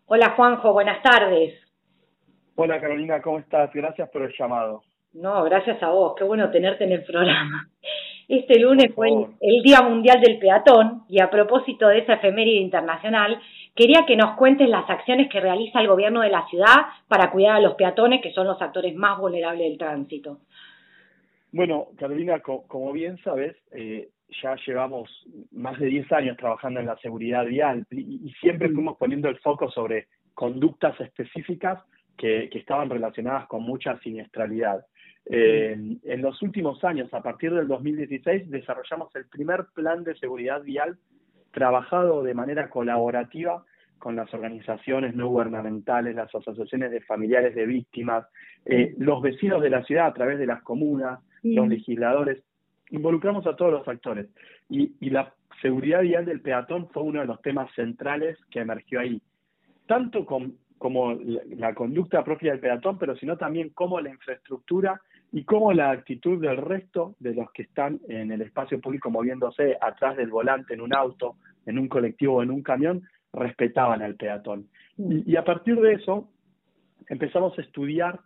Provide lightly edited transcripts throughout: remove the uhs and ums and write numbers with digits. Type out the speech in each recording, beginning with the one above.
Hola Juanjo, buenas tardes. Hola Carolina, ¿cómo estás? Gracias por el llamado. No, gracias a vos, qué bueno tenerte en el programa. Este Por lunes fue el, favor. el Día Mundial del Peatón y a propósito de esa efeméride internacional, quería que nos cuentes las acciones que realiza el gobierno de la ciudad para cuidar a los peatones, que son los actores más vulnerables del tránsito. Bueno, Carolina, como bien sabes, ya llevamos más de 10 años trabajando en la seguridad vial y siempre Mm, fuimos poniendo el foco sobre conductas específicas que estaban relacionadas con mucha siniestralidad. sí, En los últimos años, a partir del 2016, desarrollamos el primer plan de seguridad vial trabajado de manera colaborativa con las organizaciones no gubernamentales, las asociaciones de familiares de víctimas, sí. los vecinos de la ciudad a través de las comunas, los Mm, legisladores, involucramos a todos los actores. Y la seguridad vial del peatón fue uno de los temas centrales que emergió ahí, tanto como la conducta propia del peatón, pero sino también como la infraestructura y como la actitud del resto de los que están en el espacio público moviéndose atrás del volante en un auto, en un colectivo o en un camión, respetaban al peatón. mm. Y a partir de eso empezamos a estudiar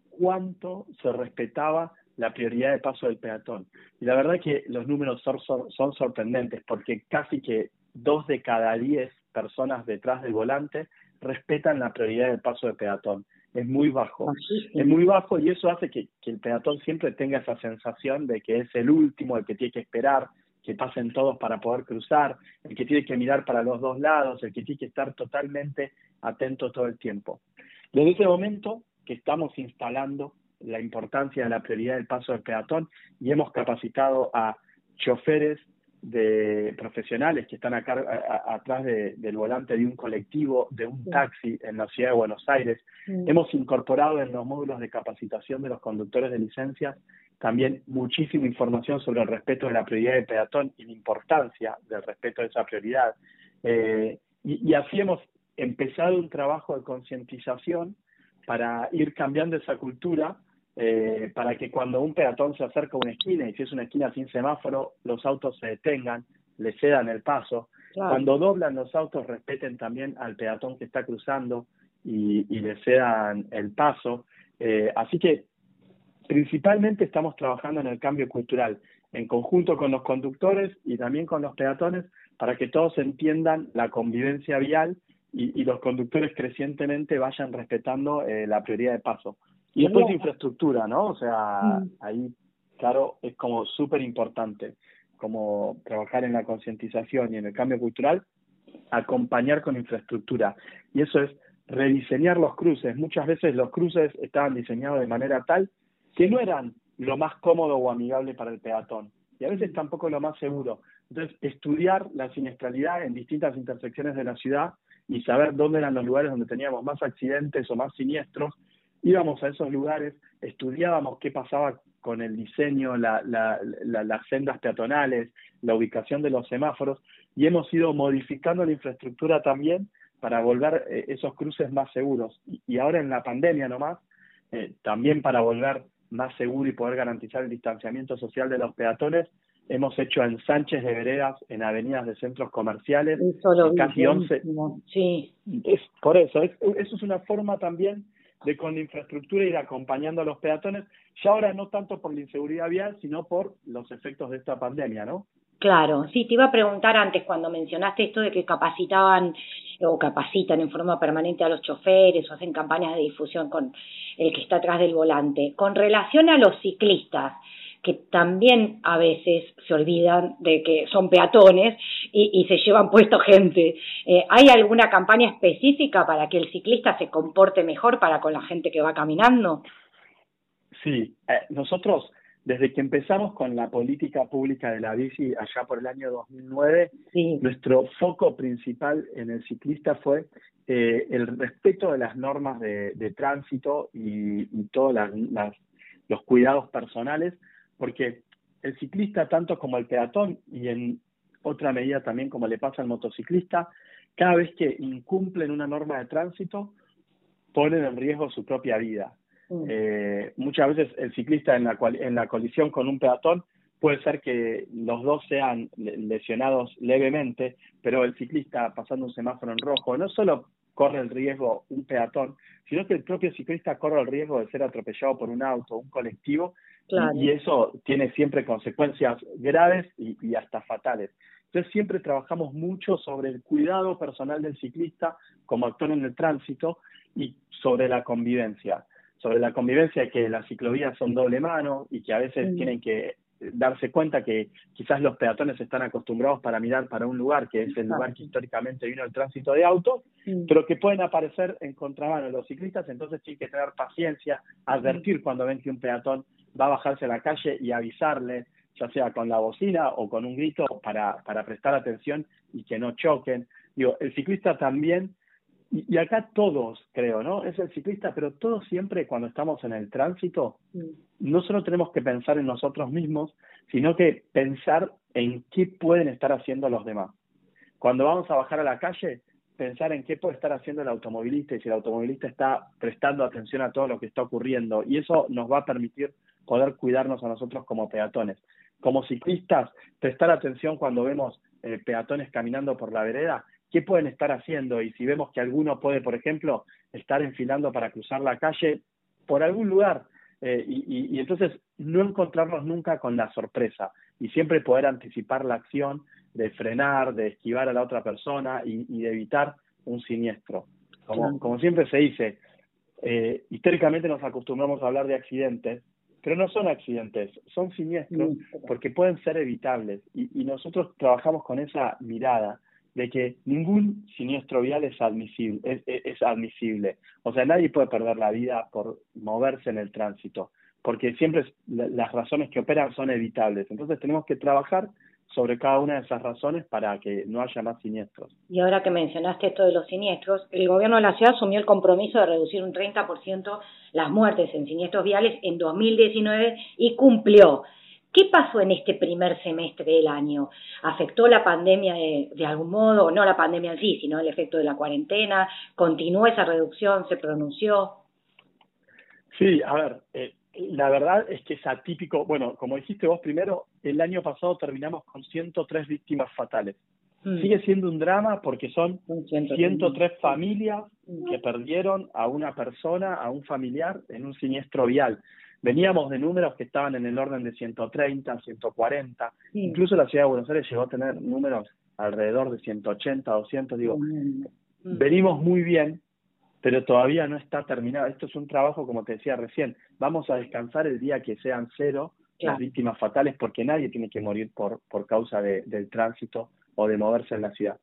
cuánto se respetaba la prioridad de paso del peatón. Y la verdad que los números son sorprendentes, porque casi que 2 de cada 10 personas detrás del volante respetan la prioridad del paso del peatón. Es muy bajo. Es Bajísimo. muy bajo y eso hace que el peatón siempre tenga esa sensación de que es el último, el que tiene que esperar, que pasen todos para poder cruzar, el que tiene que mirar para los dos lados, el que tiene que estar totalmente atento todo el tiempo. Desde ese momento que estamos instalando la importancia de la prioridad del paso del peatón y hemos capacitado a choferes de profesionales que están atrás del volante de un colectivo, de un Sí. taxi en la ciudad de Buenos Aires. Mm. Hemos incorporado en los módulos de capacitación de los conductores de licencias también muchísima información sobre el respeto de la prioridad del peatón y la importancia del respeto de esa prioridad. Y así hemos empezado un trabajo de concientización para ir cambiando esa cultura, para que cuando un peatón se acerca a una esquina, y si es una esquina sin semáforo, los autos se detengan, le cedan el paso. Claro. Cuando doblan los autos, respeten también al peatón que está cruzando y le cedan el paso. Así que principalmente estamos trabajando en el cambio cultural, en conjunto con los conductores y también con los peatones, para que todos entiendan la convivencia vial y los conductores crecientemente vayan respetando la prioridad de paso. Y después Quería- infraestructura, ¿no? O sea, mm. ahí, claro, es como súper importante, como trabajar en la concientización y en el cambio cultural, acompañar con infraestructura. Y eso es rediseñar los cruces. Muchas veces los cruces estaban diseñados de manera tal que no eran lo más cómodo o amigable para el peatón. Y a veces tampoco lo más seguro. Entonces, estudiar la siniestralidad en distintas intersecciones de la ciudad y saber dónde eran los lugares donde teníamos más accidentes o más siniestros, íbamos a esos lugares, estudiábamos qué pasaba con el diseño, las sendas peatonales, la ubicación de los semáforos, y hemos ido modificando la infraestructura también para volver esos cruces más seguros. Y ahora en la pandemia nomás, también para volver más seguro y poder garantizar el distanciamiento social de los peatones, hemos hecho ensanches de veredas en avenidas de centros comerciales, Eso lo en vi, casi 11. buenísimo. Sí. Por eso, eso es una forma también de con la infraestructura ir acompañando a los peatones, ya ahora no tanto por la inseguridad vial, sino por los efectos de esta pandemia, ¿no? Claro, sí, te iba a preguntar antes cuando mencionaste esto de que capacitaban o capacitan en forma permanente a los choferes o hacen campañas de difusión con el que está atrás del volante. Con relación a los ciclistas, que también a veces se olvidan de que son peatones y se llevan puesto gente, ¿hay alguna campaña específica para que el ciclista se comporte mejor para con la gente que va caminando? Sí, nosotros desde que empezamos con la política pública de la bici allá por el año 2009, Sí. nuestro foco principal en el ciclista fue el respeto de las normas de tránsito y todos los cuidados personales, porque el ciclista, tanto como el peatón y en otra medida también como le pasa al motociclista, cada vez que incumplen una norma de tránsito, ponen en riesgo su propia vida. Mm. Muchas veces el ciclista en la colisión con un peatón puede ser que los dos sean lesionados levemente, pero el ciclista pasando un semáforo en rojo, no solo corre el riesgo un peatón, sino que el propio ciclista corre el riesgo de ser atropellado por un auto, un colectivo, Claro. y eso tiene siempre consecuencias graves y hasta fatales. Entonces siempre trabajamos mucho sobre el cuidado personal del ciclista como actor en el tránsito y sobre la convivencia. Sobre la convivencia de que las ciclovías son doble mano y que a veces tienen que darse cuenta que quizás los peatones están acostumbrados para mirar para un lugar que es el lugar que históricamente vino el tránsito de autos, pero que pueden aparecer en contramano los ciclistas, entonces tienen que tener paciencia, advertir cuando ven que un peatón va a bajarse a la calle y avisarle, ya sea con la bocina o con un grito para prestar atención y que no choquen. Digo, el ciclista también, y acá todos, creo, ¿no? Es el ciclista, pero todos siempre cuando estamos en el tránsito, no solo tenemos que pensar en nosotros mismos, sino que pensar en qué pueden estar haciendo los demás. Cuando vamos a bajar a la calle, pensar en qué puede estar haciendo el automovilista y si el automovilista está prestando atención a todo lo que está ocurriendo. Y eso nos va a permitir poder cuidarnos a nosotros como peatones. Como ciclistas, prestar atención cuando vemos peatones caminando por la vereda, qué pueden estar haciendo, y si vemos que alguno puede, por ejemplo, estar enfilando para cruzar la calle por algún lugar, y entonces no encontrarnos nunca con la sorpresa y siempre poder anticipar la acción de frenar, de esquivar a la otra persona y de evitar un siniestro. Como siempre se dice, históricamente nos acostumbramos a hablar de accidentes, pero no son accidentes, son siniestros porque pueden ser evitables, y nosotros trabajamos con esa mirada de que ningún siniestro vial es admisible. O sea, nadie puede perder la vida por moverse en el tránsito, porque siempre las razones que operan son evitables. Entonces tenemos que trabajar sobre cada una de esas razones para que no haya más siniestros. Y ahora que mencionaste esto de los siniestros, el gobierno de la ciudad asumió el compromiso de reducir un 30% las muertes en siniestros viales en 2019 y cumplió. ¿Qué pasó en este primer semestre del año? ¿Afectó la pandemia de algún modo? No la pandemia en sí, sino el efecto de la cuarentena. ¿Continuó esa reducción? ¿Se pronunció? Sí, a ver, la verdad es que es atípico. Bueno, como dijiste vos primero, el año pasado terminamos con 103 víctimas fatales. Sigue siendo un drama porque son 103 familias que perdieron a una persona, a un familiar en un siniestro vial. Veníamos de números que estaban en el orden de 130, 140. Incluso la Ciudad de Buenos Aires llegó a tener números alrededor de 180, 200. Digo, venimos muy bien, pero todavía no está terminado. Esto es un trabajo, como te decía recién. Vamos a descansar el día que sean cero las víctimas fatales, porque nadie tiene que morir por causa del tránsito o de moverse en la ciudad.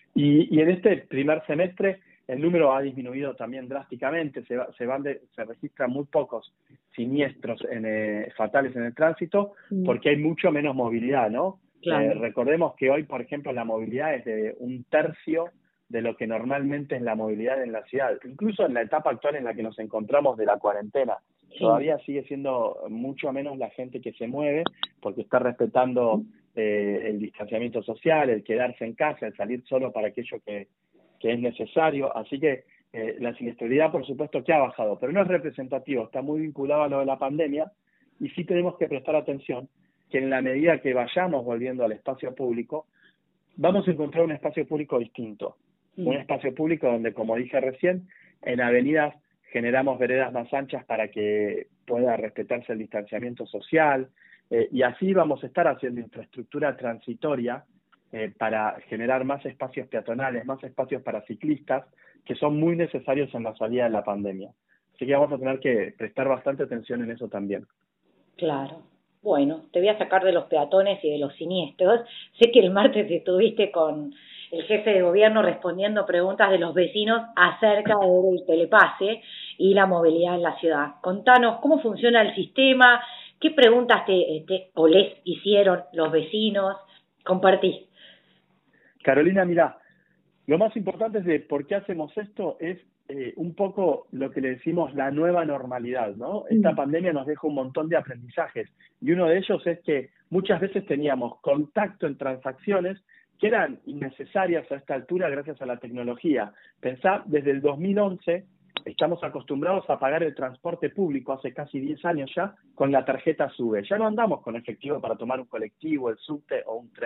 Y en este primer semestre el número ha disminuido también drásticamente, se registran muy pocos siniestros fatales en el tránsito, porque hay mucho menos movilidad, ¿no? Recordemos que hoy, por ejemplo, la movilidad es de un tercio de lo que normalmente es la movilidad en la ciudad. Incluso en la etapa actual en la que nos encontramos de la cuarentena, todavía sigue siendo mucho menos la gente que se mueve, porque está respetando el distanciamiento social, el quedarse en casa, el salir solo para aquello que es necesario. Así que la siniestralidad, por supuesto, que ha bajado, pero no es representativo, está muy vinculado a lo de la pandemia, y sí tenemos que prestar atención que en la medida que vayamos volviendo al espacio público, vamos a encontrar un espacio público distinto. Un espacio público donde, como dije recién, en avenidas generamos veredas más anchas para que pueda respetarse el distanciamiento social, y así vamos a estar haciendo infraestructura transitoria para generar más espacios peatonales, más espacios para ciclistas, que son muy necesarios en la salida de la pandemia. Así que vamos a tener que prestar bastante atención en eso también. Claro. Bueno, te voy a sacar de los peatones y de los siniestros. Sé que el martes estuviste con el jefe de gobierno respondiendo preguntas de los vecinos acerca del telepase y la movilidad en la ciudad. Contanos cómo funciona el sistema, qué preguntas o les hicieron los vecinos. Compartí. Carolina, mira, lo más importante de por qué hacemos esto es un poco lo que le decimos la nueva normalidad, ¿no? Esta pandemia nos deja un montón de aprendizajes, y uno de ellos es que muchas veces teníamos contacto en transacciones que eran innecesarias a esta altura gracias a la tecnología. Pensá, desde el 2011 estamos acostumbrados a pagar el transporte público, hace casi 10 años ya, con la tarjeta SUBE. Ya no andamos con efectivo para tomar un colectivo, el subte o un tren.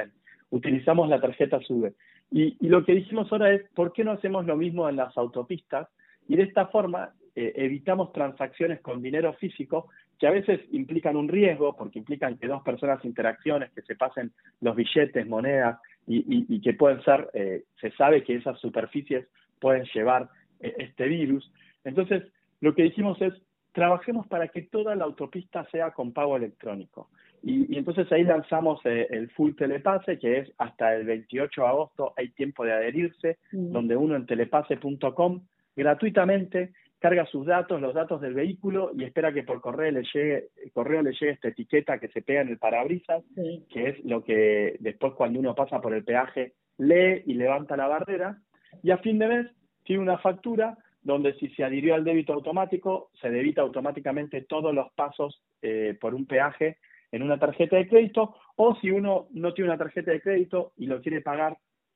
utilizamos la tarjeta SUBE. Y lo que dijimos ahora es, ¿por qué no hacemos lo mismo en las autopistas? Y de esta forma evitamos transacciones con dinero físico que a veces implican un riesgo, porque implican que dos personas interacciones, que se pasen los billetes, monedas, y que pueden ser, se sabe que esas superficies pueden llevar este virus. Entonces, lo que dijimos es, trabajemos para que toda la autopista sea con pago electrónico. Y entonces ahí lanzamos el Full Telepase, que es hasta el 28 de agosto, hay tiempo de adherirse, donde uno en telepase.com gratuitamente carga sus datos, los datos del vehículo, y espera que por correo le llegue esta etiqueta que se pega en el parabrisas, que es lo que después cuando uno pasa por el peaje lee y levanta la barrera, y a fin de mes tiene una factura donde si se adhirió al débito automático, se debita automáticamente todos los pasos por un peaje en una tarjeta de crédito, o si uno no tiene una tarjeta de crédito y lo quiere pagar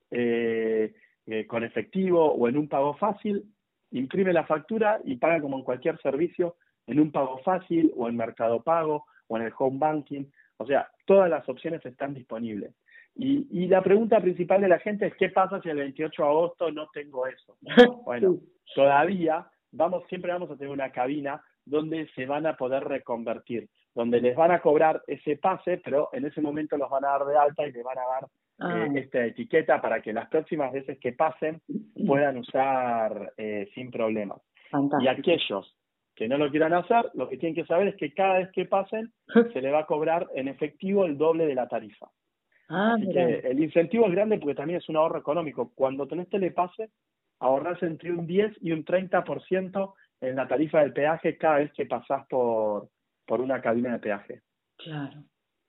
con efectivo o en un pago fácil, imprime la factura y paga como en cualquier servicio, en un pago fácil o en Mercado Pago o en el home banking. O sea, todas las opciones están disponibles. Y la pregunta principal de la gente es, ¿qué pasa si el 28 de agosto no tengo eso? Bueno, todavía siempre vamos a tener una cabina donde se van a poder reconvertir, donde les van a cobrar ese pase, pero en ese momento los van a dar de alta y les van a dar esta etiqueta para que las próximas veces que pasen puedan usar sin problemas. Fantástico. Y aquellos que no lo quieran hacer, lo que tienen que saber es que cada vez que pasen se le va a cobrar en efectivo el doble de la tarifa. Así que el incentivo es grande porque también es un ahorro económico. Cuando tenés telepase, ahorrás entre un 10 y un 30% en la tarifa del peaje cada vez que pasás por una cabina de peaje. Claro.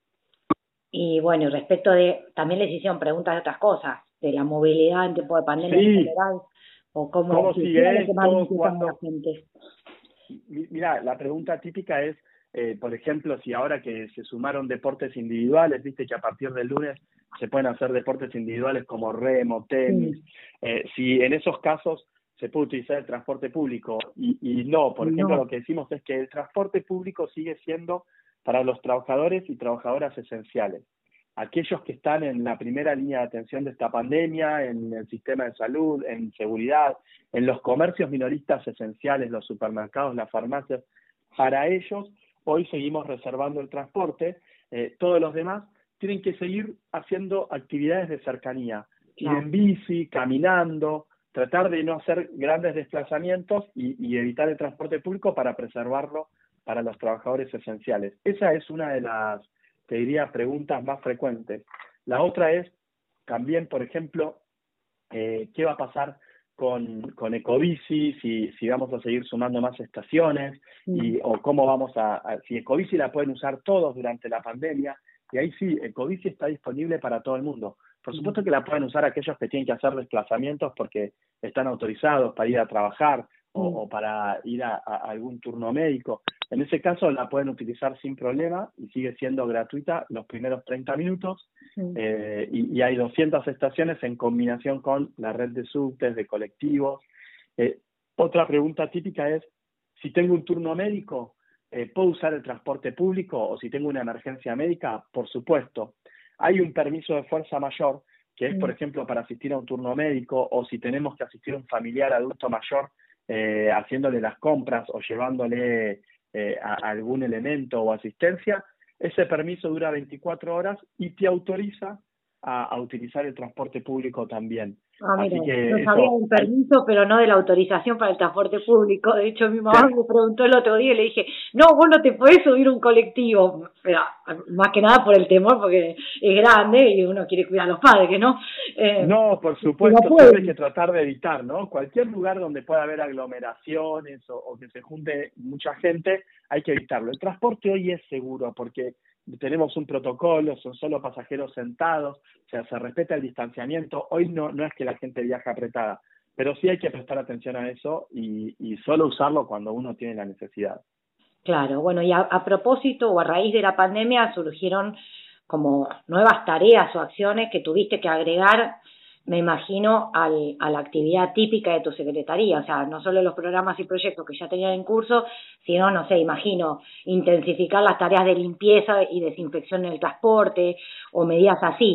Y bueno, respecto también les hicieron preguntas de otras cosas, de la movilidad en tiempo de pandemia en general, o cómo sigue esto, cuándo. La gente. Mira, la pregunta típica es, por ejemplo, si ahora que se sumaron deportes individuales, viste que a partir del lunes se pueden hacer deportes individuales como remo, tenis, si en esos casos se puede utilizar el transporte público y no, por ejemplo, lo que decimos es que el transporte público sigue siendo para los trabajadores y trabajadoras esenciales, aquellos que están en la primera línea de atención de esta pandemia, en el sistema de salud, en seguridad, en los comercios minoristas esenciales, los supermercados, las farmacias. Para ellos, hoy seguimos reservando el transporte. Todos los demás tienen que seguir haciendo actividades de cercanía, ir en bici, caminando, tratar de no hacer grandes desplazamientos y evitar el transporte público para preservarlo para los trabajadores esenciales. Esa es una de las, te diría, preguntas más frecuentes. La otra es también, por ejemplo, ¿qué va a pasar con Ecobici? Si vamos a seguir sumando más estaciones, o cómo vamos si Ecobici la pueden usar todos durante la pandemia, y ahí sí, Ecobici está disponible para todo el mundo. Por supuesto que la pueden usar aquellos que tienen que hacer desplazamientos porque están autorizados para ir a trabajar o para ir a algún turno médico. En ese caso la pueden utilizar sin problema y sigue siendo gratuita los primeros 30 minutos y hay 200 estaciones en combinación con la red de subtes, de colectivos. Otra pregunta típica es, si tengo un turno médico, ¿puedo usar el transporte público? O si tengo una emergencia médica, por supuesto. Hay un permiso de fuerza mayor, que es, por ejemplo, para asistir a un turno médico, o si tenemos que asistir a un familiar adulto mayor haciéndole las compras o llevándole a algún elemento o asistencia. Ese permiso dura 24 horas y te autoriza a utilizar el transporte público también. Mira, así que no sabía del permiso, pero no de la autorización para el transporte público. De hecho, mi mamá me preguntó el otro día y le dije, no, vos no te podés subir un colectivo. Pero más que nada por el temor, porque es grande y uno quiere cuidar a los padres, ¿no? No, por supuesto, siempre hay que tratar de evitar, ¿no? Cualquier lugar donde pueda haber aglomeraciones o que se junte mucha gente, hay que evitarlo. El transporte hoy es seguro porque tenemos un protocolo, son solo pasajeros sentados, o sea, se respeta el distanciamiento. Hoy no es que la gente viaja apretada, pero sí hay que prestar atención a eso y solo usarlo cuando uno tiene la necesidad. Claro, bueno, y a propósito o a raíz de la pandemia surgieron como nuevas tareas o acciones que tuviste que agregar, me imagino, a la actividad típica de tu secretaría, o sea, no solo los programas y proyectos que ya tenían en curso, sino, no sé, imagino, intensificar las tareas de limpieza y desinfección en el transporte o medidas así.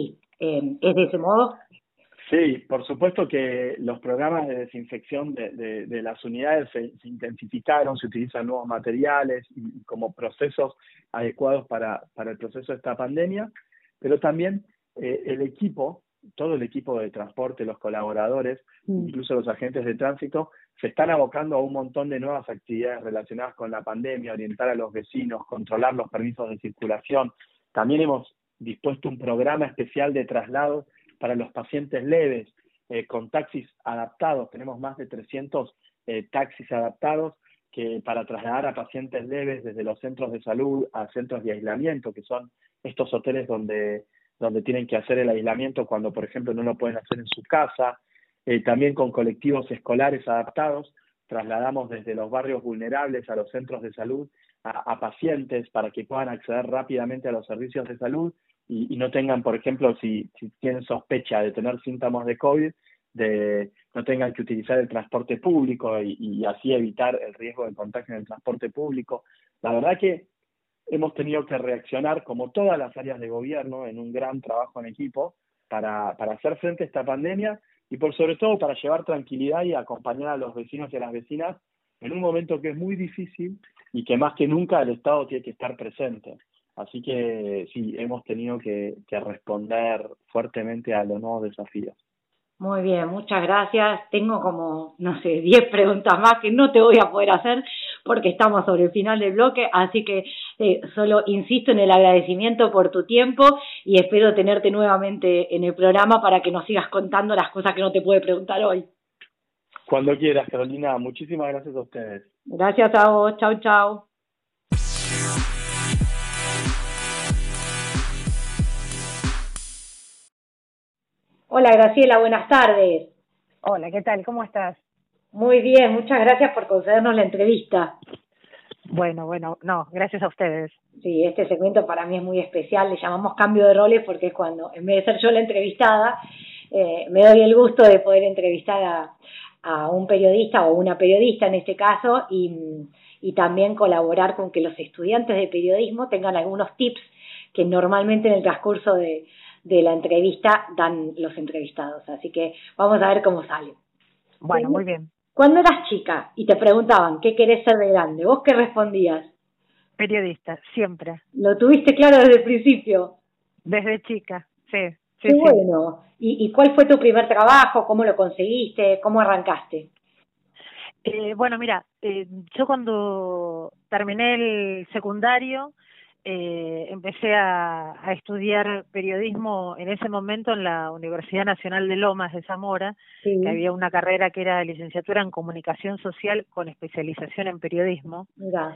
¿Es de ese modo? Sí, por supuesto que los programas de desinfección de las unidades se intensificaron, se utilizan nuevos materiales y como procesos adecuados para el proceso de esta pandemia, pero también el equipo, todo el equipo de transporte, los colaboradores, incluso los agentes de tránsito, se están abocando a un montón de nuevas actividades relacionadas con la pandemia, orientar a los vecinos, controlar los permisos de circulación. También hemos dispuesto un programa especial de traslados para los pacientes leves, con taxis adaptados. Tenemos más de 300 taxis adaptados que para trasladar a pacientes leves desde los centros de salud a centros de aislamiento, que son estos hoteles donde tienen que hacer el aislamiento cuando, por ejemplo, no lo pueden hacer en su casa. También con colectivos escolares adaptados, trasladamos desde los barrios vulnerables a los centros de salud a pacientes para que puedan acceder rápidamente a los servicios de salud y no tengan, por ejemplo, si tienen sospecha de tener síntomas de COVID, no tengan que utilizar el transporte público y así evitar el riesgo de contagio en el transporte público. La verdad que hemos tenido que reaccionar, como todas las áreas de gobierno, en un gran trabajo en equipo para hacer frente a esta pandemia y por sobre todo para llevar tranquilidad y acompañar a los vecinos y a las vecinas en un momento que es muy difícil y que más que nunca el Estado tiene que estar presente. Así que sí, hemos tenido que responder fuertemente a los nuevos desafíos. Muy bien, muchas gracias. Tengo como, no sé, 10 preguntas más que no te voy a poder hacer porque estamos sobre el final del bloque, así que solo insisto en el agradecimiento por tu tiempo y espero tenerte nuevamente en el programa para que nos sigas contando las cosas que no te pude preguntar hoy. Cuando quieras, Carolina. Muchísimas gracias a ustedes. Gracias a vos. Chau, chau. Hola Graciela, buenas tardes. Hola, ¿qué tal? ¿Cómo estás? Muy bien, muchas gracias por concedernos la entrevista. Bueno, no, gracias a ustedes. Sí, este segmento para mí es muy especial, le llamamos cambio de roles porque es cuando, en vez de ser yo la entrevistada, me doy el gusto de poder entrevistar a un periodista o una periodista en este caso y también colaborar con que los estudiantes de periodismo tengan algunos tips que normalmente en el transcurso de la entrevista dan los entrevistados. Así que vamos a ver cómo sale. Bueno, muy bien. Cuando eras chica y te preguntaban ¿qué querés ser de grande? ¿Vos qué respondías? Periodista, siempre. ¿Lo tuviste claro desde el principio? Desde chica, sí. Qué bueno. ¿Y cuál fue tu primer trabajo? ¿Cómo lo conseguiste? ¿Cómo arrancaste? Bueno, mira, yo cuando terminé el secundario empecé a estudiar periodismo en ese momento en la Universidad Nacional de Lomas de Zamora, sí. Que había una carrera que era licenciatura en comunicación social con especialización en periodismo. Mira.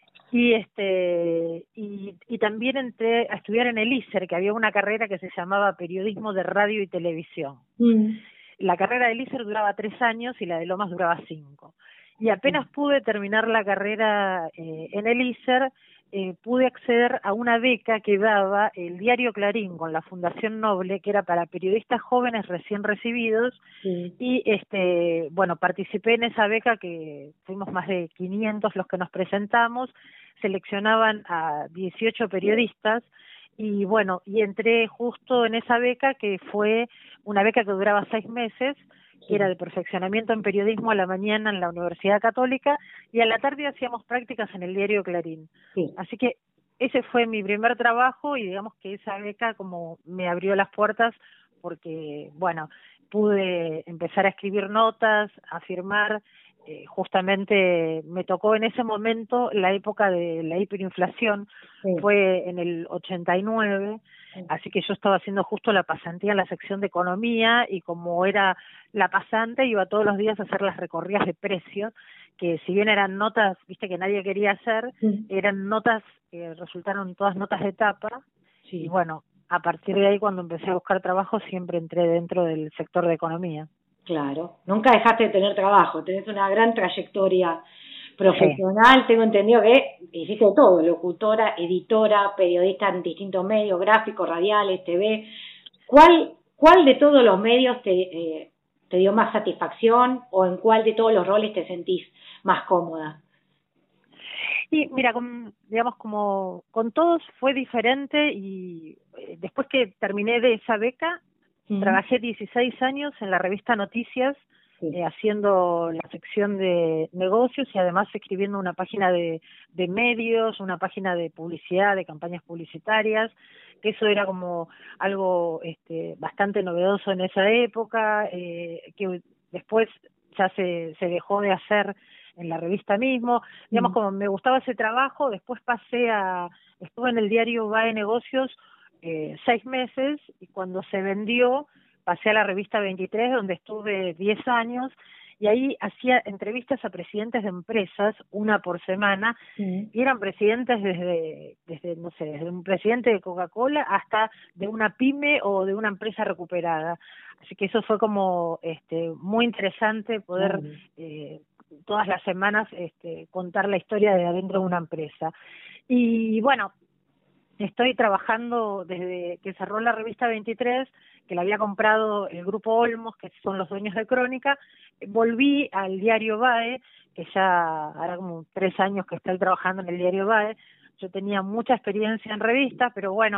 Y también entré a estudiar en el ISER, que había una carrera que se llamaba Periodismo de Radio y Televisión. La carrera del ISER duraba 3 años y la de Lomas duraba 5. Y apenas pude terminar la carrera en el ISER, pude acceder a una beca que daba el diario Clarín con la Fundación Noble, que era para periodistas jóvenes recién recibidos, y bueno, participé en esa beca, que fuimos más de 500 los que nos presentamos, seleccionaban a 18 periodistas, y bueno, y entré justo en esa beca, que fue una beca que duraba 6 meses, que era de perfeccionamiento en periodismo a la mañana en la Universidad Católica y a la tarde hacíamos prácticas en el diario Clarín. Sí. Así que ese fue mi primer trabajo y digamos que esa beca como me abrió las puertas porque, bueno, pude empezar a escribir notas, a firmar. Justamente me tocó en ese momento la época de la hiperinflación, fue en el 89, así que yo estaba haciendo justo la pasantía en la sección de economía y como era la pasante iba todos los días a hacer las recorridas de precios, que si bien eran notas, viste, que nadie quería hacer, eran notas que resultaron todas notas de tapa, y bueno, a partir de ahí cuando empecé a buscar trabajo siempre entré dentro del sector de economía. Claro, nunca dejaste de tener trabajo, tenés una gran trayectoria profesional, tengo entendido que hiciste todo, locutora, editora, periodista en distintos medios, gráficos, radiales, TV. ¿Cuál de todos los medios te dio más satisfacción o en cuál de todos los roles te sentís más cómoda? Y mira, digamos, como con todos fue diferente y después que terminé de esa beca, trabajé 16 años en la revista Noticias, haciendo la sección de negocios y además escribiendo una página de medios, una página de publicidad, de campañas publicitarias, que eso era como algo bastante novedoso en esa época, que después ya se dejó de hacer en la revista mismo. Digamos, como me gustaba ese trabajo, después estuve en el diario BAE Negocios 6 meses, y cuando se vendió pasé a la revista 23, donde estuve 10 años, y ahí hacía entrevistas a presidentes de empresas, una por semana, y eran presidentes desde no sé, desde un presidente de Coca-Cola hasta de una pyme o de una empresa recuperada. Así que eso fue como muy interesante poder todas las semanas contar la historia de adentro de una empresa. Y bueno, estoy trabajando desde que cerró la revista 23, que la había comprado el grupo Olmos, que son los dueños de Crónica. Volví al diario BAE, que ya hará como 3 años que estoy trabajando en el diario BAE. Yo tenía mucha experiencia en revistas, pero bueno,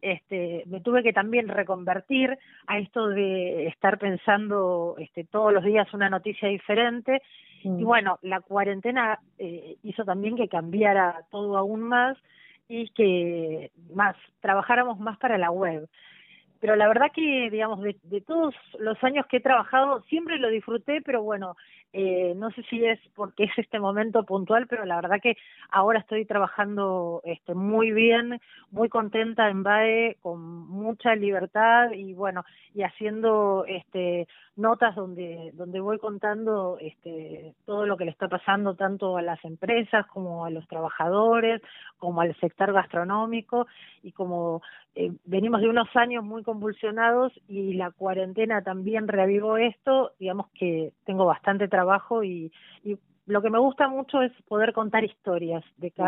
me tuve que también reconvertir a esto de estar pensando todos los días una noticia diferente. Y bueno, la cuarentena hizo también que cambiara todo aún más y que trabajáramos más para la web. Pero la verdad que, digamos, de todos los años que he trabajado, siempre lo disfruté, pero bueno, no sé si es porque es este momento puntual, pero la verdad que ahora estoy trabajando muy bien, muy contenta en BAE, con mucha libertad y bueno, y haciendo notas donde voy contando todo lo que le está pasando tanto a las empresas como a los trabajadores, como al sector gastronómico, y como venimos de unos años muy convulsionados y la cuarentena también reavivó esto, digamos que tengo bastante trabajo y lo que me gusta mucho es poder contar historias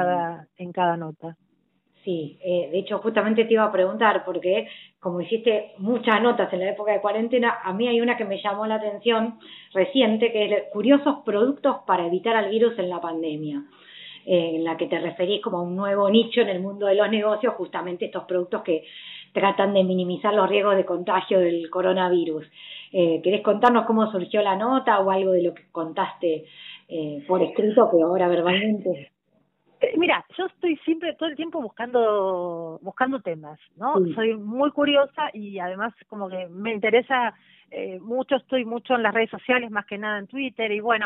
en cada nota. Sí, de hecho justamente te iba a preguntar, porque como hiciste muchas notas en la época de cuarentena, a mí hay una que me llamó la atención reciente, que es curiosos productos para evitar al virus en la pandemia, en la que te referís como a un nuevo nicho en el mundo de los negocios, justamente estos productos que tratan de minimizar los riesgos de contagio del coronavirus. ¿Querés contarnos cómo surgió la nota o algo de lo que contaste por escrito, pero ahora verbalmente? Mira, yo estoy siempre, todo el tiempo buscando temas, ¿no? Soy muy curiosa y además como que me interesa mucho, estoy mucho en las redes sociales, más que nada en Twitter, y bueno,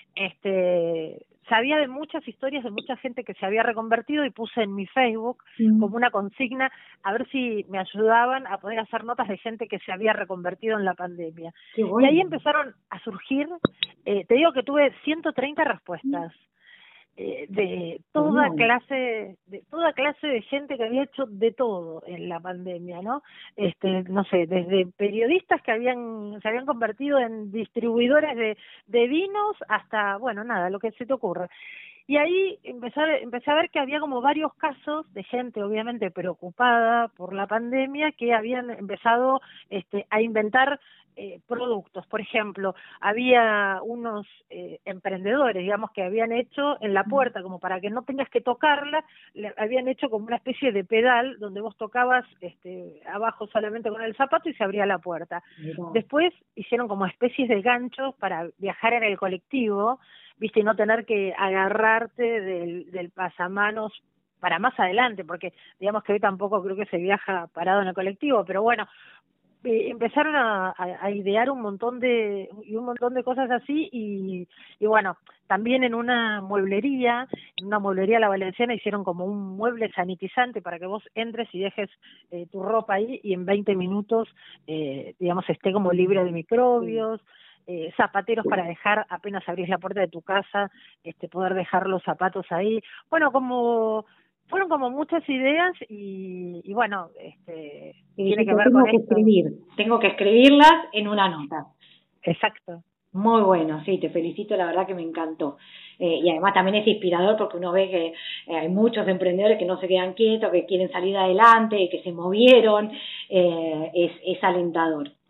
sabía de muchas historias de mucha gente que se había reconvertido y puse en mi Facebook como una consigna a ver si me ayudaban a poder hacer notas de gente que se había reconvertido en la pandemia. Bueno. Y ahí empezaron a surgir, te digo que tuve 130 respuestas. De toda clase de gente que había hecho de todo en la pandemia, ¿no? No sé, desde periodistas que se habían convertido en distribuidores de vinos hasta, bueno, nada, lo que se te ocurra. Y ahí empecé a ver que había como varios casos de gente obviamente preocupada por la pandemia que habían empezado a inventar productos. Por ejemplo, había unos emprendedores, digamos, que habían hecho en la puerta, como para que no tengas que tocarla, habían hecho como una especie de pedal donde vos tocabas abajo solamente con el zapato y se abría la puerta. Después hicieron como especies de ganchos para viajar en el colectivo, viste, y no tener que agarrarte del pasamanos para más adelante, porque digamos que hoy tampoco creo que se viaja parado en el colectivo, pero bueno, empezaron a idear un montón de cosas así y bueno, también en una mueblería La Valenciana, hicieron como un mueble sanitizante para que vos entres y dejes tu ropa ahí y en 20 minutos digamos esté como libre de microbios. Zapateros para dejar, apenas abrís la puerta de tu casa, poder dejar los zapatos ahí. Bueno, fueron como muchas ideas y bueno, tiene que ver con esto. Tengo que escribirlas en una nota. Exacto. Muy bueno, sí, te felicito, la verdad que me encantó. Y además también es inspirador porque uno ve que hay muchos emprendedores que no se quedan quietos, que quieren salir adelante, que se movieron, es alentador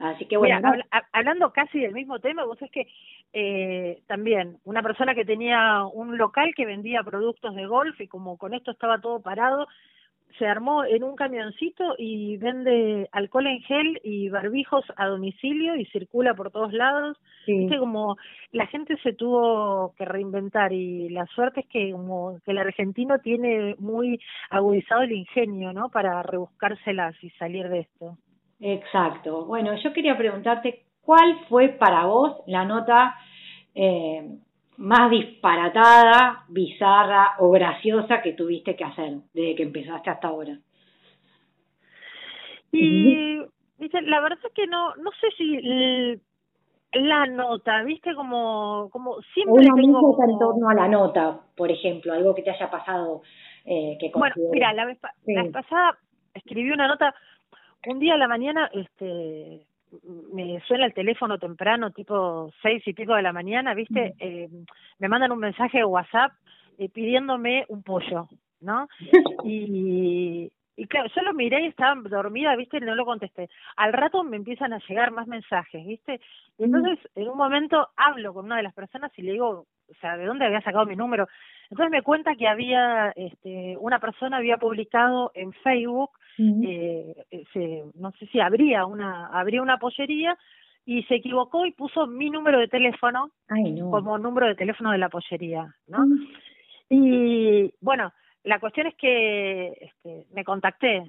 Así que bueno. Mira, hablando casi del mismo tema, vos sabés que también una persona que tenía un local que vendía productos de golf y como con esto estaba todo parado, se armó en un camioncito y vende alcohol en gel y barbijos a domicilio y circula por todos lados. Sí. Viste, como la gente se tuvo que reinventar y la suerte es que como que el argentino tiene muy agudizado el ingenio, ¿no? Para rebuscárselas y salir de esto. Exacto. Bueno, yo quería preguntarte, ¿cuál fue para vos la nota más disparatada, bizarra o graciosa que tuviste que hacer desde que empezaste hasta ahora? Y viste, la verdad es que no sé si la nota, viste, como siempre Una tengo anécdota en como... torno a la nota, por ejemplo, algo que te haya pasado que Bueno, consideres. mira, la vez pasada escribí una nota. Un día a la mañana, me suena el teléfono temprano, tipo 6 y pico de la mañana, ¿viste? Me mandan un mensaje de WhatsApp pidiéndome un pollo, ¿no? Y claro, yo lo miré y estaba dormida, ¿viste? No lo contesté. Al rato me empiezan a llegar más mensajes, ¿viste? Y entonces, en un momento, hablo con una de las personas y le digo, o sea, ¿de dónde había sacado mi número? Entonces me cuenta que había, una persona había publicado en Facebook, no sé si abría una pollería y se equivocó y puso mi número de teléfono como número de teléfono de la pollería, ¿no? Y bueno, la cuestión es que me contacté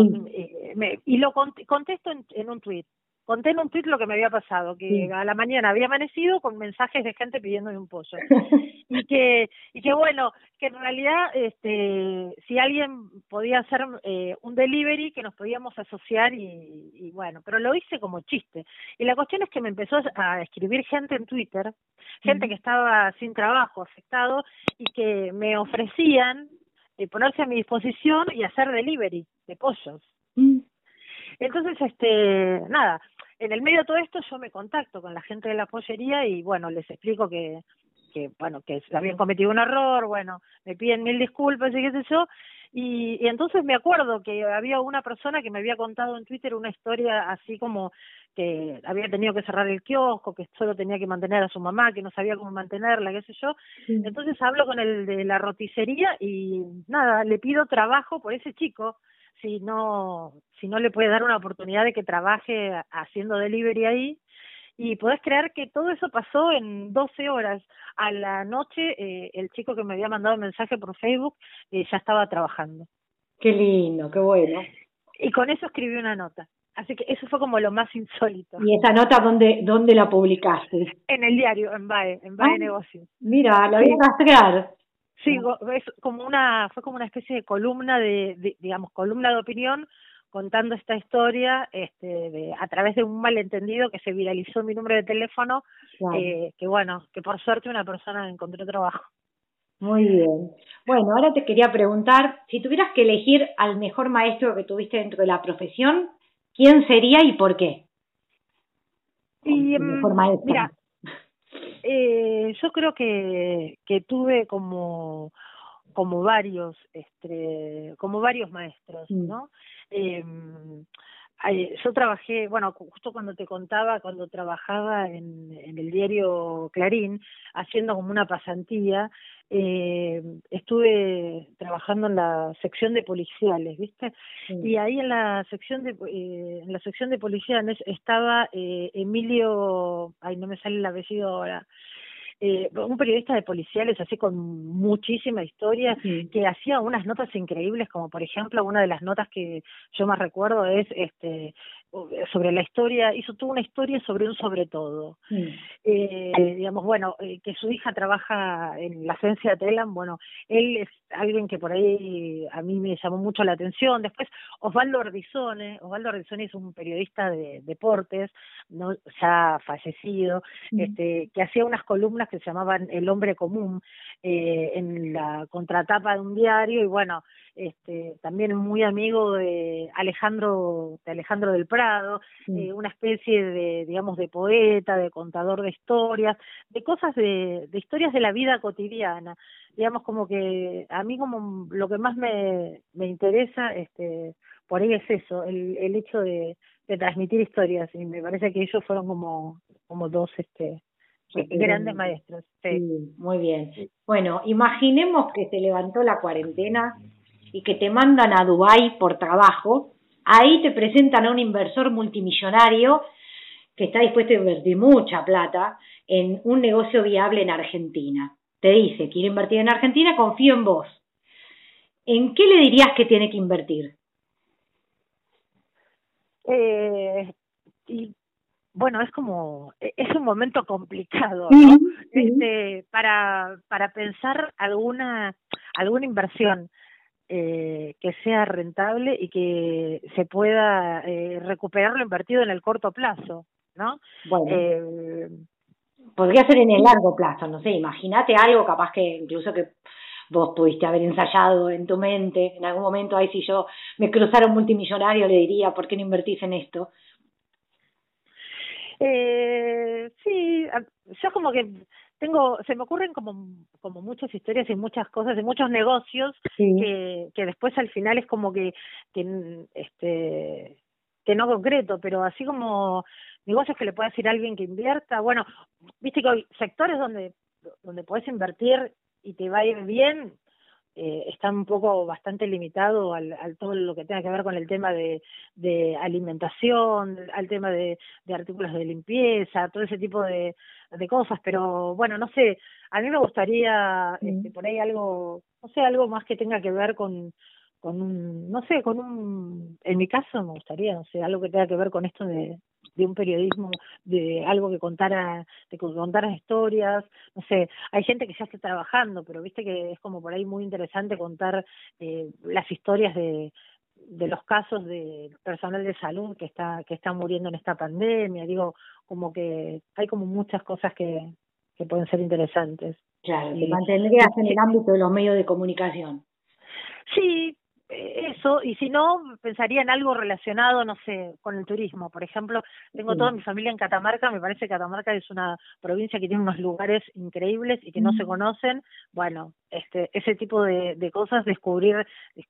y lo contesto en un tuit. Conté en un tuit lo que me había pasado, que a la mañana había amanecido con mensajes de gente pidiéndome un pollo. y que bueno, que en realidad si alguien podía hacer un delivery, que nos podíamos asociar y bueno, pero lo hice como chiste. Y la cuestión es que me empezó a escribir gente en Twitter, gente que estaba sin trabajo, afectado, y que me ofrecían ponerse a mi disposición y hacer delivery de pollos. Entonces, nada, en el medio de todo esto yo me contacto con la gente de la pollería y bueno, les explico que bueno, que habían cometido un error, bueno, me piden 1000 disculpas y qué sé yo, y entonces me acuerdo que había una persona que me había contado en Twitter una historia así como que había tenido que cerrar el kiosco, que solo tenía que mantener a su mamá, que no sabía cómo mantenerla, qué sé yo. Entonces hablo con el de la roticería y nada, le pido trabajo por ese chico, si no le puede dar una oportunidad de que trabaje haciendo delivery ahí. Y podés creer que todo eso pasó en 12 horas. A la noche, el chico que me había mandado el mensaje por Facebook ya estaba trabajando. Qué lindo, qué bueno. Y con eso escribí una nota. Así que eso fue como lo más insólito. ¿Y esa nota dónde la publicaste? En el diario, en BAE Negocios. Mira, la voy a rastrear. Sí, es fue como una especie de columna digamos, columna de opinión, contando esta historia a través de un malentendido que se viralizó mi número de teléfono, que bueno, que por suerte una persona encontró trabajo. Muy bien. Bueno, ahora te quería preguntar, si tuvieras que elegir al mejor maestro que tuviste dentro de la profesión, ¿quién sería y por qué? Y mejor maestro. Mira, yo creo que tuve como varios maestros, ¿no? Yo trabajé, bueno, justo cuando te contaba, cuando trabajaba en el diario Clarín, haciendo como una pasantía, estuve trabajando en la sección de policiales, ¿viste? Y ahí en la sección de policiales estaba Emilio, no me sale el apellido ahora, un periodista de policiales así con muchísima historia, que hacía unas notas increíbles, como por ejemplo una de las notas que yo más recuerdo es sobre la historia, hizo toda una historia sobre un sobre todo. Digamos, bueno, que su hija trabaja en la agencia de Telam, bueno, él es alguien que por ahí a mí me llamó mucho la atención. Después Osvaldo Ardizone es un periodista de deportes, no ya fallecido, que hacía unas columnas que se llamaban El Hombre Común, en la contratapa de un diario, y bueno, también muy amigo de Alejandro del Prado, una especie de, digamos, de poeta, de contador de historias, de cosas de historias de la vida cotidiana. Digamos, como que a mí como lo que más me interesa por ahí es eso, el hecho de de transmitir historias, y me parece que ellos fueron como dos grandes maestros. Sí. Sí, muy bien. Bueno, imaginemos que se levantó la cuarentena y que te mandan a Dubái por trabajo. Ahí te presentan a un inversor multimillonario que está dispuesto a invertir mucha plata en un negocio viable en Argentina. Te dice, quiero invertir en Argentina, confío en vos. ¿En qué le dirías que tiene que invertir? Y bueno, es un momento complicado, ¿no? Para pensar alguna inversión que sea rentable y que se pueda recuperar lo invertido en el corto plazo, ¿no? Bueno, podría ser en el largo plazo, no sé, imagínate algo capaz que incluso que vos pudiste haber ensayado en tu mente, en algún momento, ahí si yo me cruzara un multimillonario le diría, ¿por qué no invertís en esto? Sí, yo como que se me ocurren como muchas historias y muchas cosas y muchos negocios que después al final es como que no concreto, pero así como negocios que le pueda decir a alguien que invierta. Bueno, viste que hay sectores donde podés invertir y te va a ir bien, está un poco bastante limitado al todo lo que tenga que ver con el tema de alimentación, al tema de artículos de limpieza, todo ese tipo de cosas. Pero bueno, no sé, a mí me gustaría por ahí algo, no sé, algo más que tenga que ver con en mi caso me gustaría, no sé, algo que tenga que ver con esto de un periodismo, de algo que contara historias, no sé, hay gente que ya está trabajando, pero viste que es como por ahí muy interesante contar las historias de los casos de personal de salud que está muriendo en esta pandemia. Digo, como que hay como muchas cosas que pueden ser interesantes. Claro, te mantendrías en el ámbito de los medios de comunicación. Sí, eso, y si no, pensaría en algo relacionado, no sé, con el turismo. Por ejemplo, tengo toda mi familia en Catamarca, me parece que Catamarca es una provincia que tiene unos lugares increíbles y que no se conocen. Bueno, ese tipo de cosas, descubrir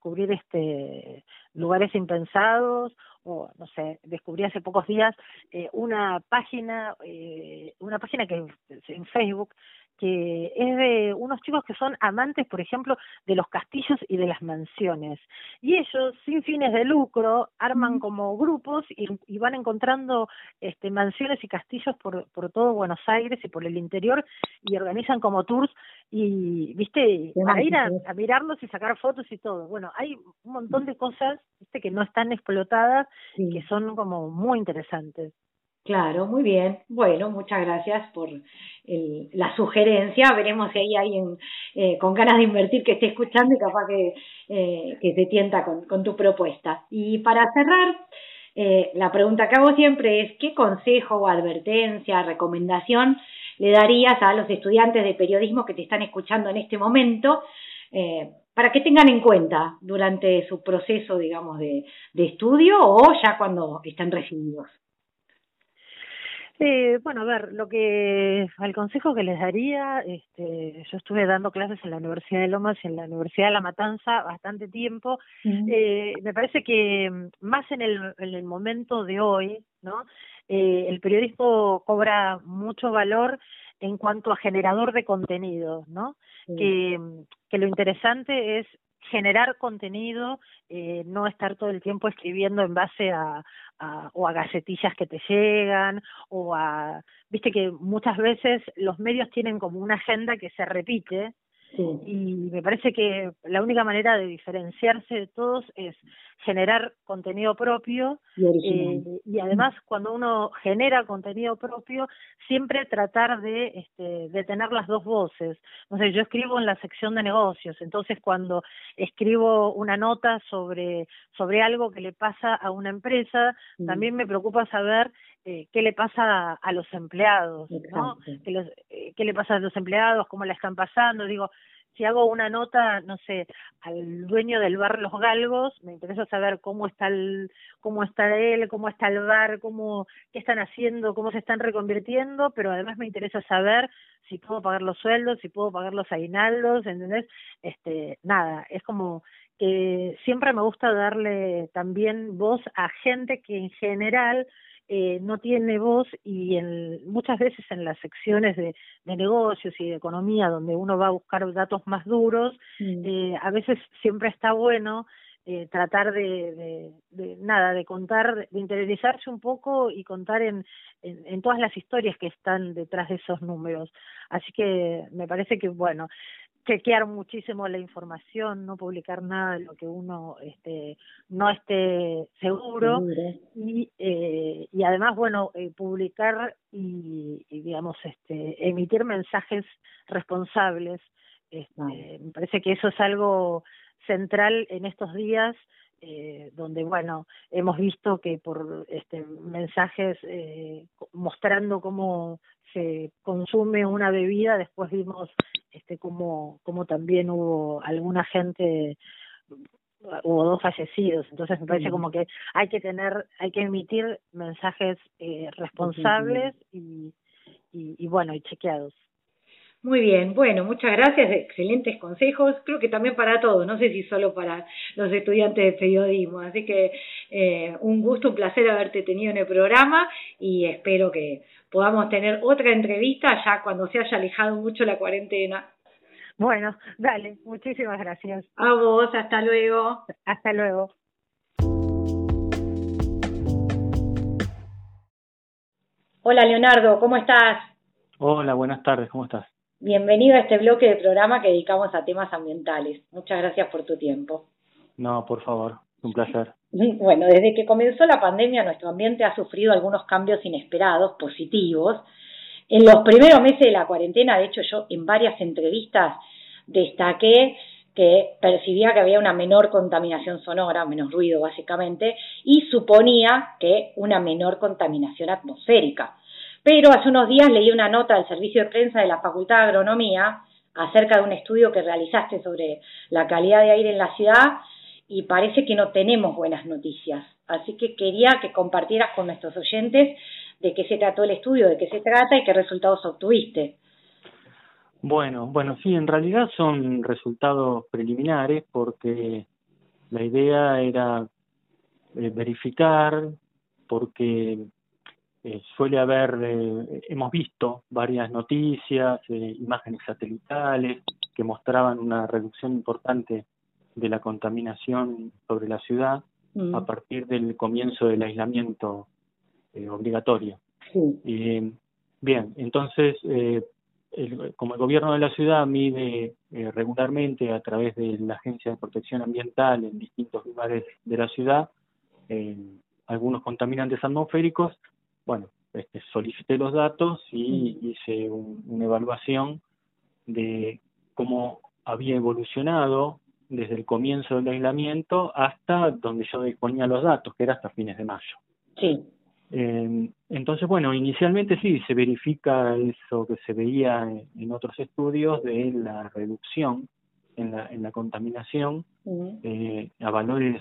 lugares impensados, o no sé, descubrí hace pocos días una página que en Facebook, que es de unos chicos que son amantes, por ejemplo, de los castillos y de las mansiones. Y ellos, sin fines de lucro, arman como grupos y van encontrando mansiones y castillos por todo Buenos Aires y por el interior, y organizan como tours y, viste, para ir a mirarlos y sacar fotos y todo. Bueno, hay un montón de cosas, viste, que no están explotadas y que son como muy interesantes. Claro, muy bien. Bueno, muchas gracias por la sugerencia. Veremos si hay alguien con ganas de invertir que esté escuchando y capaz que se tienta con tu propuesta. Y para cerrar, la pregunta que hago siempre es, ¿qué consejo o advertencia, recomendación le darías a los estudiantes de periodismo que te están escuchando en este momento para que tengan en cuenta durante su proceso, digamos, de estudio o ya cuando están recibidos? Bueno, a ver, al consejo que les daría, yo estuve dando clases en la Universidad de Lomas y en la Universidad de La Matanza bastante tiempo. Me parece que más en el momento de hoy, ¿no? El periodismo cobra mucho valor en cuanto a generador de contenidos, ¿no? Que lo interesante es generar contenido, no estar todo el tiempo escribiendo en base o a gacetillas que te llegan, viste que muchas veces los medios tienen como una agenda que se repite, y me parece que la única manera de diferenciarse de todos es generar contenido propio, y además cuando uno genera contenido propio siempre tratar de tener las dos voces. No sé, yo escribo en la sección de negocios, entonces cuando escribo una nota sobre algo que le pasa a una empresa, también me preocupa saber qué le pasa a los empleados, ¿no? ¿Qué le pasa a los empleados? ¿Cómo la están pasando? Digo, si hago una nota, no sé, al dueño del bar Los Galgos, me interesa saber cómo está él, cómo está el bar, qué están haciendo, cómo se están reconvirtiendo, pero además me interesa saber si puedo pagar los sueldos, si puedo pagar los aguinaldos, ¿entendés? Nada, es como que siempre me gusta darle también voz a gente que en general no tiene voz, y muchas veces en las secciones de negocios y de economía, donde uno va a buscar datos más duros, a veces siempre está bueno tratar de contar, de interiorizarse un poco y contar en todas las historias que están detrás de esos números. Así que me parece que, bueno, chequear muchísimo la información, no publicar nada de lo que uno no esté seguro, y además, bueno, publicar y digamos emitir mensajes responsables. Me parece que eso es algo central en estos días, donde, bueno, hemos visto que por mensajes mostrando cómo se consume una bebida, después vimos como también hubo alguna gente, hubo 2 fallecidos. Entonces me parece como que hay que emitir mensajes responsables y bueno, y chequeados. Muy bien, bueno, muchas gracias, excelentes consejos, creo que también para todos, no sé si solo para los estudiantes de periodismo, así que un gusto, un placer haberte tenido en el programa, y espero que podamos tener otra entrevista ya cuando se haya alejado mucho la cuarentena. Bueno, dale, muchísimas gracias. A vos, hasta luego. Hasta luego. Hola Leonardo, ¿cómo estás? Hola, buenas tardes, ¿cómo estás? Bienvenido a este bloque de programa que dedicamos a temas ambientales. Muchas gracias por tu tiempo. No, por favor, un placer. Bueno, desde que comenzó la pandemia, nuestro ambiente ha sufrido algunos cambios inesperados, positivos. En los primeros meses de la cuarentena, de hecho, yo en varias entrevistas destaqué que percibía que había una menor contaminación sonora, menos ruido básicamente, y suponía que una menor contaminación atmosférica. Pero hace unos días leí una nota del servicio de prensa de la Facultad de Agronomía acerca de un estudio que realizaste sobre la calidad de aire en la ciudad, y parece que no tenemos buenas noticias. Así que quería que compartieras con nuestros oyentes de qué se trató el estudio, de qué se trata y qué resultados obtuviste. Bueno, sí, en realidad son resultados preliminares, porque la idea era verificar, porque suele haber, hemos visto varias noticias, imágenes satelitales que mostraban una reducción importante de la contaminación sobre la ciudad a partir del comienzo del aislamiento obligatorio. Sí. Bien, entonces, como el gobierno de la ciudad mide regularmente a través de la Agencia de Protección Ambiental en distintos lugares de la ciudad algunos contaminantes atmosféricos, bueno, solicité los datos y hice una evaluación de cómo había evolucionado desde el comienzo del aislamiento hasta donde yo disponía los datos, que era hasta fines de mayo. Sí. Entonces, bueno, inicialmente sí, se verifica eso que se veía en otros estudios de la reducción en la contaminación a valores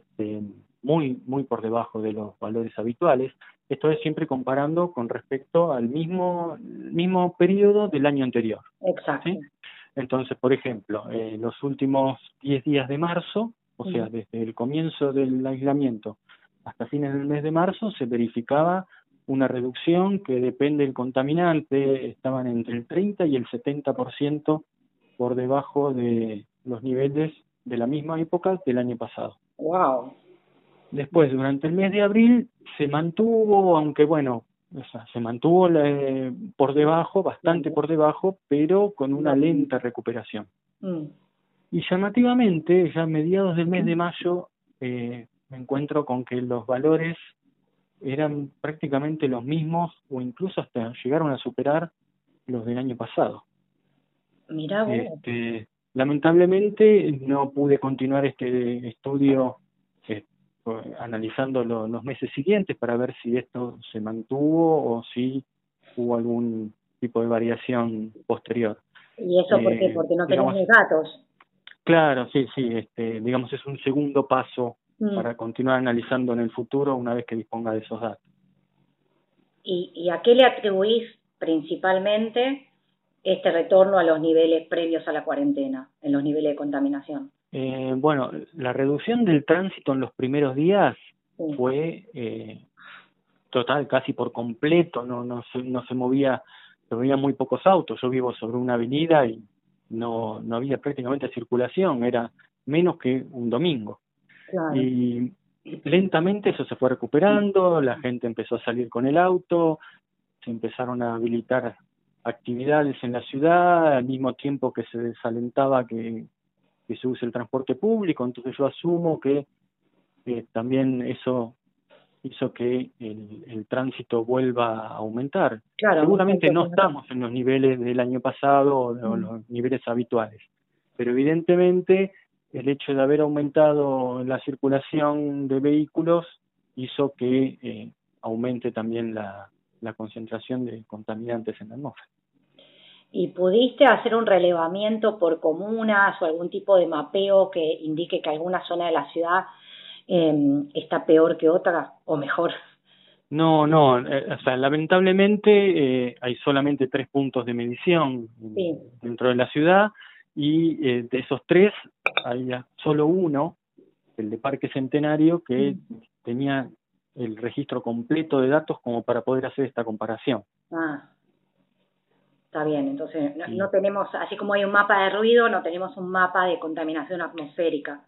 muy por debajo de los valores habituales. Esto es siempre comparando con respecto al mismo periodo del año anterior. Exacto. ¿Sí? Entonces, por ejemplo, los últimos 10 días de marzo, o sea, desde el comienzo del aislamiento hasta fines del mes de marzo, se verificaba una reducción que depende del contaminante, estaban entre el 30 y el 70% por debajo de los niveles de la misma época del año pasado. Wow. Después, durante el mes de abril, se mantuvo, aunque bueno, se mantuvo por debajo, bastante por debajo, pero con una lenta recuperación. Y llamativamente, ya a mediados del mes de mayo, me encuentro con que los valores eran prácticamente los mismos, o incluso hasta llegaron a superar los del año pasado. Mirá vos. Lamentablemente no pude continuar este estudio analizando los meses siguientes para ver si esto se mantuvo o si hubo algún tipo de variación posterior. ¿Y eso por qué? Porque no digamos, tenemos datos. Claro, sí, sí, digamos es un segundo paso para continuar analizando en el futuro una vez que disponga de esos datos. ¿Y a qué le atribuís principalmente este retorno a los niveles previos a la cuarentena, en los niveles de contaminación? Bueno, la reducción del tránsito en los primeros días fue total, casi por completo, no se movía muy pocos autos. Yo vivo sobre una avenida y no había prácticamente circulación, era menos que un domingo. Claro. Y lentamente eso se fue recuperando, la gente empezó a salir con el auto, se empezaron a habilitar actividades en la ciudad, al mismo tiempo que se desalentaba que se use el transporte público. Entonces yo asumo que también eso hizo que el tránsito vuelva a aumentar. Claro, seguramente no estamos en los niveles del año pasado o los niveles habituales, pero evidentemente el hecho de haber aumentado la circulación de vehículos hizo que aumente también la concentración de contaminantes en la atmósfera. ¿Y pudiste hacer un relevamiento por comunas o algún tipo de mapeo que indique que alguna zona de la ciudad está peor que otra o mejor? No, o sea, lamentablemente hay solamente 3 puntos de medición dentro de la ciudad y de esos 3 hay solo uno, el de Parque Centenario, que tenía el registro completo de datos como para poder hacer esta comparación. Ah, está bien, entonces no tenemos, así como hay un mapa de ruido, no tenemos un mapa de contaminación atmosférica.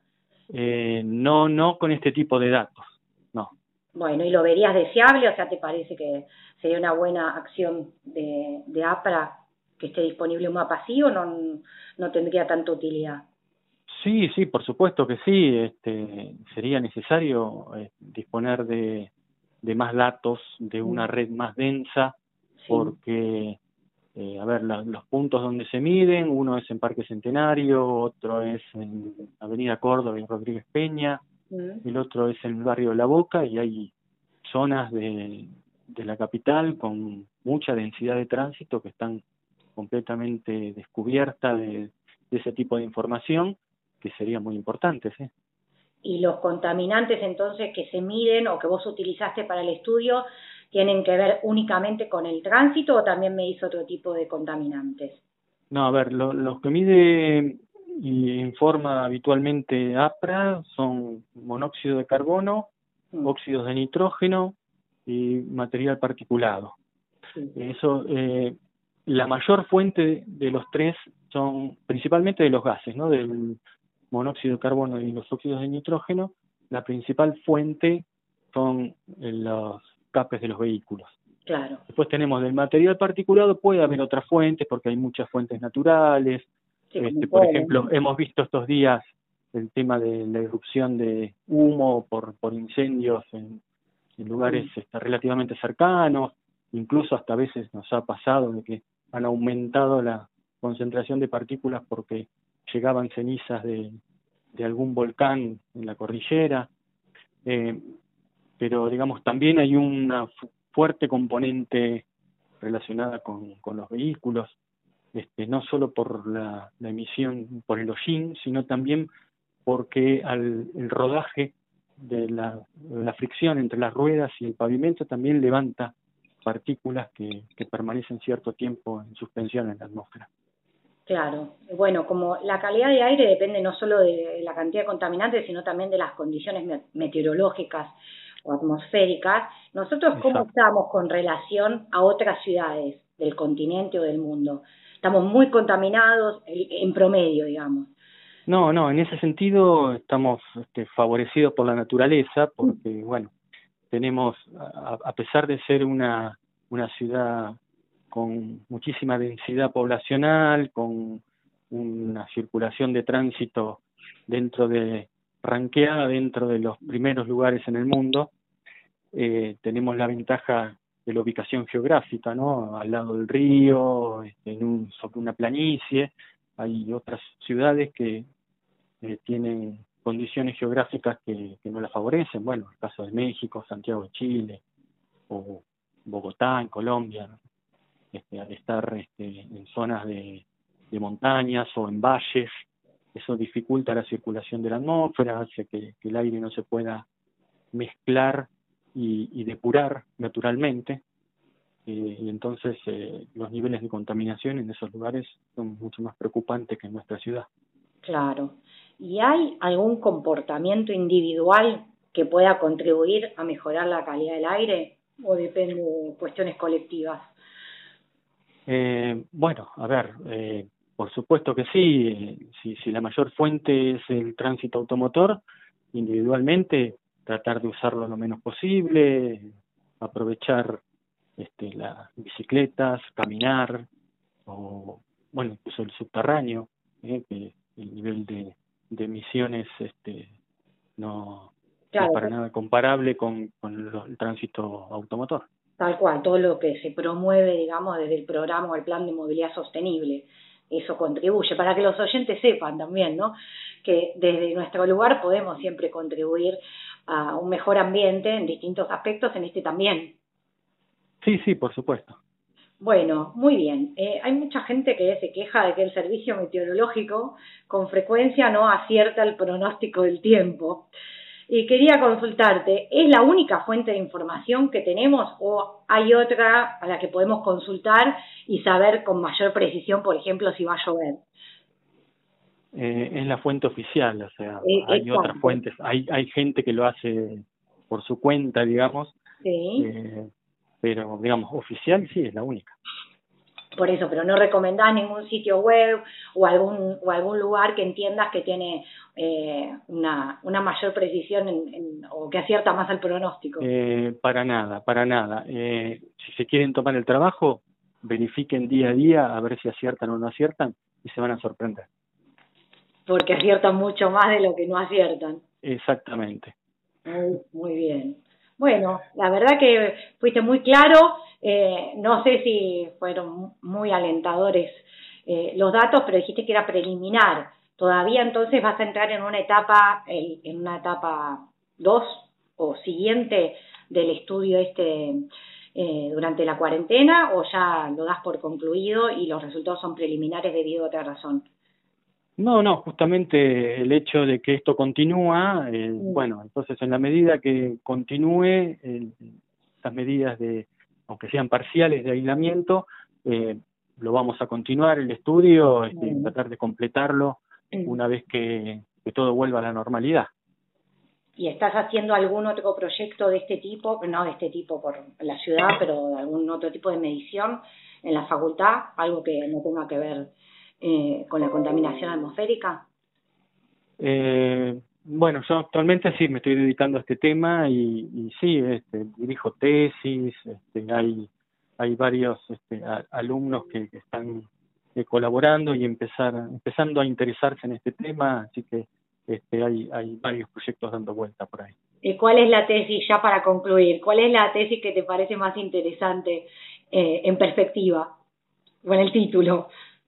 No con este tipo de datos, no. Bueno, ¿y lo verías deseable? O sea, ¿te parece que sería una buena acción de APRA que esté disponible un mapa así o no tendría tanta utilidad? Sí, por supuesto que sí. Sería necesario disponer de más datos, de una red más densa, porque, los puntos donde se miden, uno es en Parque Centenario, otro es en Avenida Córdoba y Rodríguez Peña, el otro es en el barrio de La Boca, y hay zonas de la capital con mucha densidad de tránsito que están completamente descubiertas de ese tipo de información, que sería muy importante, ¿sí? ¿Y los contaminantes entonces que se miden o que vos utilizaste para el estudio tienen que ver únicamente con el tránsito o también me hizo otro tipo de contaminantes? No, a ver, los que mide y informa habitualmente APRA son monóxido de carbono, óxidos de nitrógeno y material particulado. Eso, la mayor fuente de los 3 son principalmente de los gases, ¿no? Del monóxido de carbono y los óxidos de nitrógeno. La principal fuente son los escapes de los vehículos. Claro. Después tenemos del material particulado, puede haber otras fuentes porque hay muchas fuentes naturales. Por ejemplo, hemos visto estos días el tema de la erupción de humo por incendios en lugares relativamente cercanos. Incluso hasta a veces nos ha pasado de que han aumentado la concentración de partículas porque llegaban cenizas de algún volcán en la cordillera. Pero digamos, también hay una fuerte componente relacionada con los vehículos, no solo por la emisión, por el hollín, sino también porque el rodaje de la fricción entre las ruedas y el pavimento también levanta partículas que permanecen cierto tiempo en suspensión en la atmósfera. Claro, bueno, como la calidad de aire depende no solo de la cantidad de contaminantes, sino también de las condiciones meteorológicas o atmosféricas, nosotros ¿cómo estamos con relación a otras ciudades del continente o del mundo? Estamos muy contaminados en promedio, digamos. No, en ese sentido estamos favorecidos por la naturaleza, porque, bueno, tenemos, a pesar de ser una ciudad con muchísima densidad poblacional, con una circulación de tránsito ranqueada dentro de los primeros lugares en el mundo, tenemos la ventaja de la ubicación geográfica, ¿no? Al lado del río, sobre una planicie. Hay otras ciudades que tienen condiciones geográficas que no la favorecen. Bueno, el caso de México, Santiago de Chile, o Bogotá en Colombia, al estar en zonas de montañas o en valles. Eso dificulta la circulación de la atmósfera, hace que el aire no se pueda mezclar y depurar naturalmente. Y entonces los niveles de contaminación en esos lugares son mucho más preocupantes que en nuestra ciudad. Claro. ¿Y hay algún comportamiento individual que pueda contribuir a mejorar la calidad del aire o depende de cuestiones colectivas? Bueno, a ver, por supuesto que sí. Si la mayor fuente es el tránsito automotor, individualmente tratar de usarlo lo menos posible, aprovechar las bicicletas, caminar, o bueno, incluso el subterráneo, que el nivel de emisiones no Claro, es para nada comparable con el tránsito automotor. Tal cual, todo lo que se promueve, digamos, desde el programa o el plan de movilidad sostenible, eso contribuye, para que los oyentes sepan también, ¿no?, que desde nuestro lugar podemos siempre contribuir a un mejor ambiente en distintos aspectos, en este también. Sí, por supuesto. Bueno, muy bien. Hay mucha gente que se queja de que el servicio meteorológico con frecuencia no acierta el pronóstico del tiempo. Y quería consultarte, ¿es la única fuente de información que tenemos o hay otra a la que podemos consultar y saber con mayor precisión, por ejemplo, si va a llover? Es la fuente oficial, o sea, hay Exacto. otras fuentes, hay gente que lo hace por su cuenta, digamos, Sí. Pero, digamos, oficial sí es la única. Por eso, pero no recomendás ningún sitio web o algún lugar que entiendas que tiene una mayor precisión o que acierta más al pronóstico. Para nada. Si se quieren tomar el trabajo, verifiquen día a día a ver si aciertan o no aciertan y se van a sorprender. Porque aciertan mucho más de lo que no aciertan. Exactamente. Muy bien. Bueno, la verdad que fuiste muy claro. No sé si fueron muy alentadores los datos, pero dijiste que era preliminar. Todavía entonces vas a entrar en una etapa 2 o siguiente del estudio durante la cuarentena, o ya lo das por concluido y los resultados son preliminares debido a otra razón. No, justamente el hecho de que esto continúa, bueno, entonces en la medida que continúe, estas medidas aunque sean parciales de aislamiento, lo vamos a continuar el estudio, tratar de completarlo una vez que todo vuelva a la normalidad. ¿Y estás haciendo algún otro proyecto de este tipo, no de este tipo por la ciudad, pero de algún otro tipo de medición en la facultad, algo que no tenga que ver con la contaminación atmosférica? Bueno, yo actualmente sí me estoy dedicando a este tema y sí, dirijo tesis, hay varios alumnos que están colaborando y empezando a interesarse en este tema, así que hay varios proyectos dando vuelta por ahí. ¿Cuál es la tesis, ya para concluir, cuál es la tesis que te parece más interesante en perspectiva o en el título?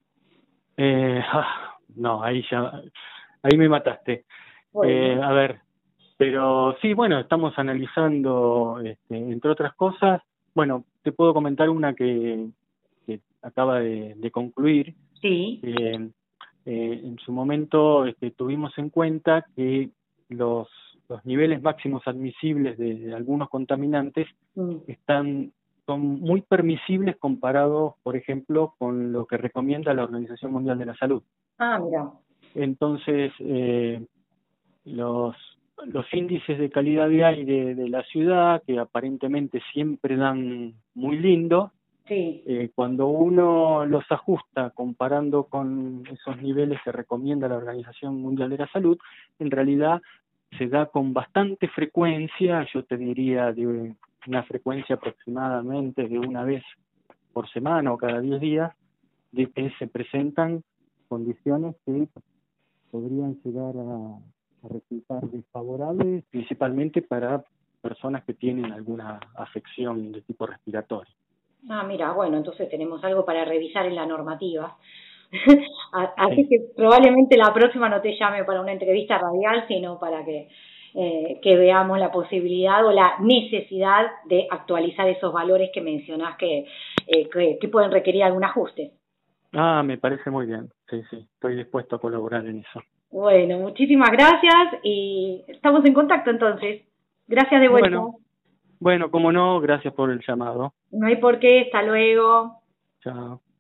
No, ahí me mataste. Bueno. A ver, pero sí, bueno, estamos analizando, entre otras cosas, bueno, te puedo comentar una que acaba de concluir. Sí. En su momento tuvimos en cuenta que los niveles máximos admisibles de algunos contaminantes son muy permisibles comparados, por ejemplo, con lo que recomienda la Organización Mundial de la Salud. Mira. Entonces, los índices de calidad de aire de la ciudad, que aparentemente siempre dan muy lindo, sí. Cuando uno los ajusta comparando con esos niveles que recomienda la Organización Mundial de la Salud, en realidad se da con bastante frecuencia, yo te diría de una frecuencia aproximadamente de una vez por semana o cada 10 días, de que se presentan condiciones que podrían llegar a resultar desfavorables, principalmente para personas que tienen alguna afección de tipo respiratorio. Mira, bueno, entonces tenemos algo para revisar en la normativa. Así que probablemente la próxima no te llame para una entrevista radial, sino para que veamos la posibilidad o la necesidad de actualizar esos valores que mencionás que pueden requerir algún ajuste. Me parece muy bien. Sí, estoy dispuesto a colaborar en eso. Bueno, muchísimas gracias y estamos en contacto entonces. Gracias de vuelta. Bueno, como no, gracias por el llamado. No hay por qué, hasta luego. Chao.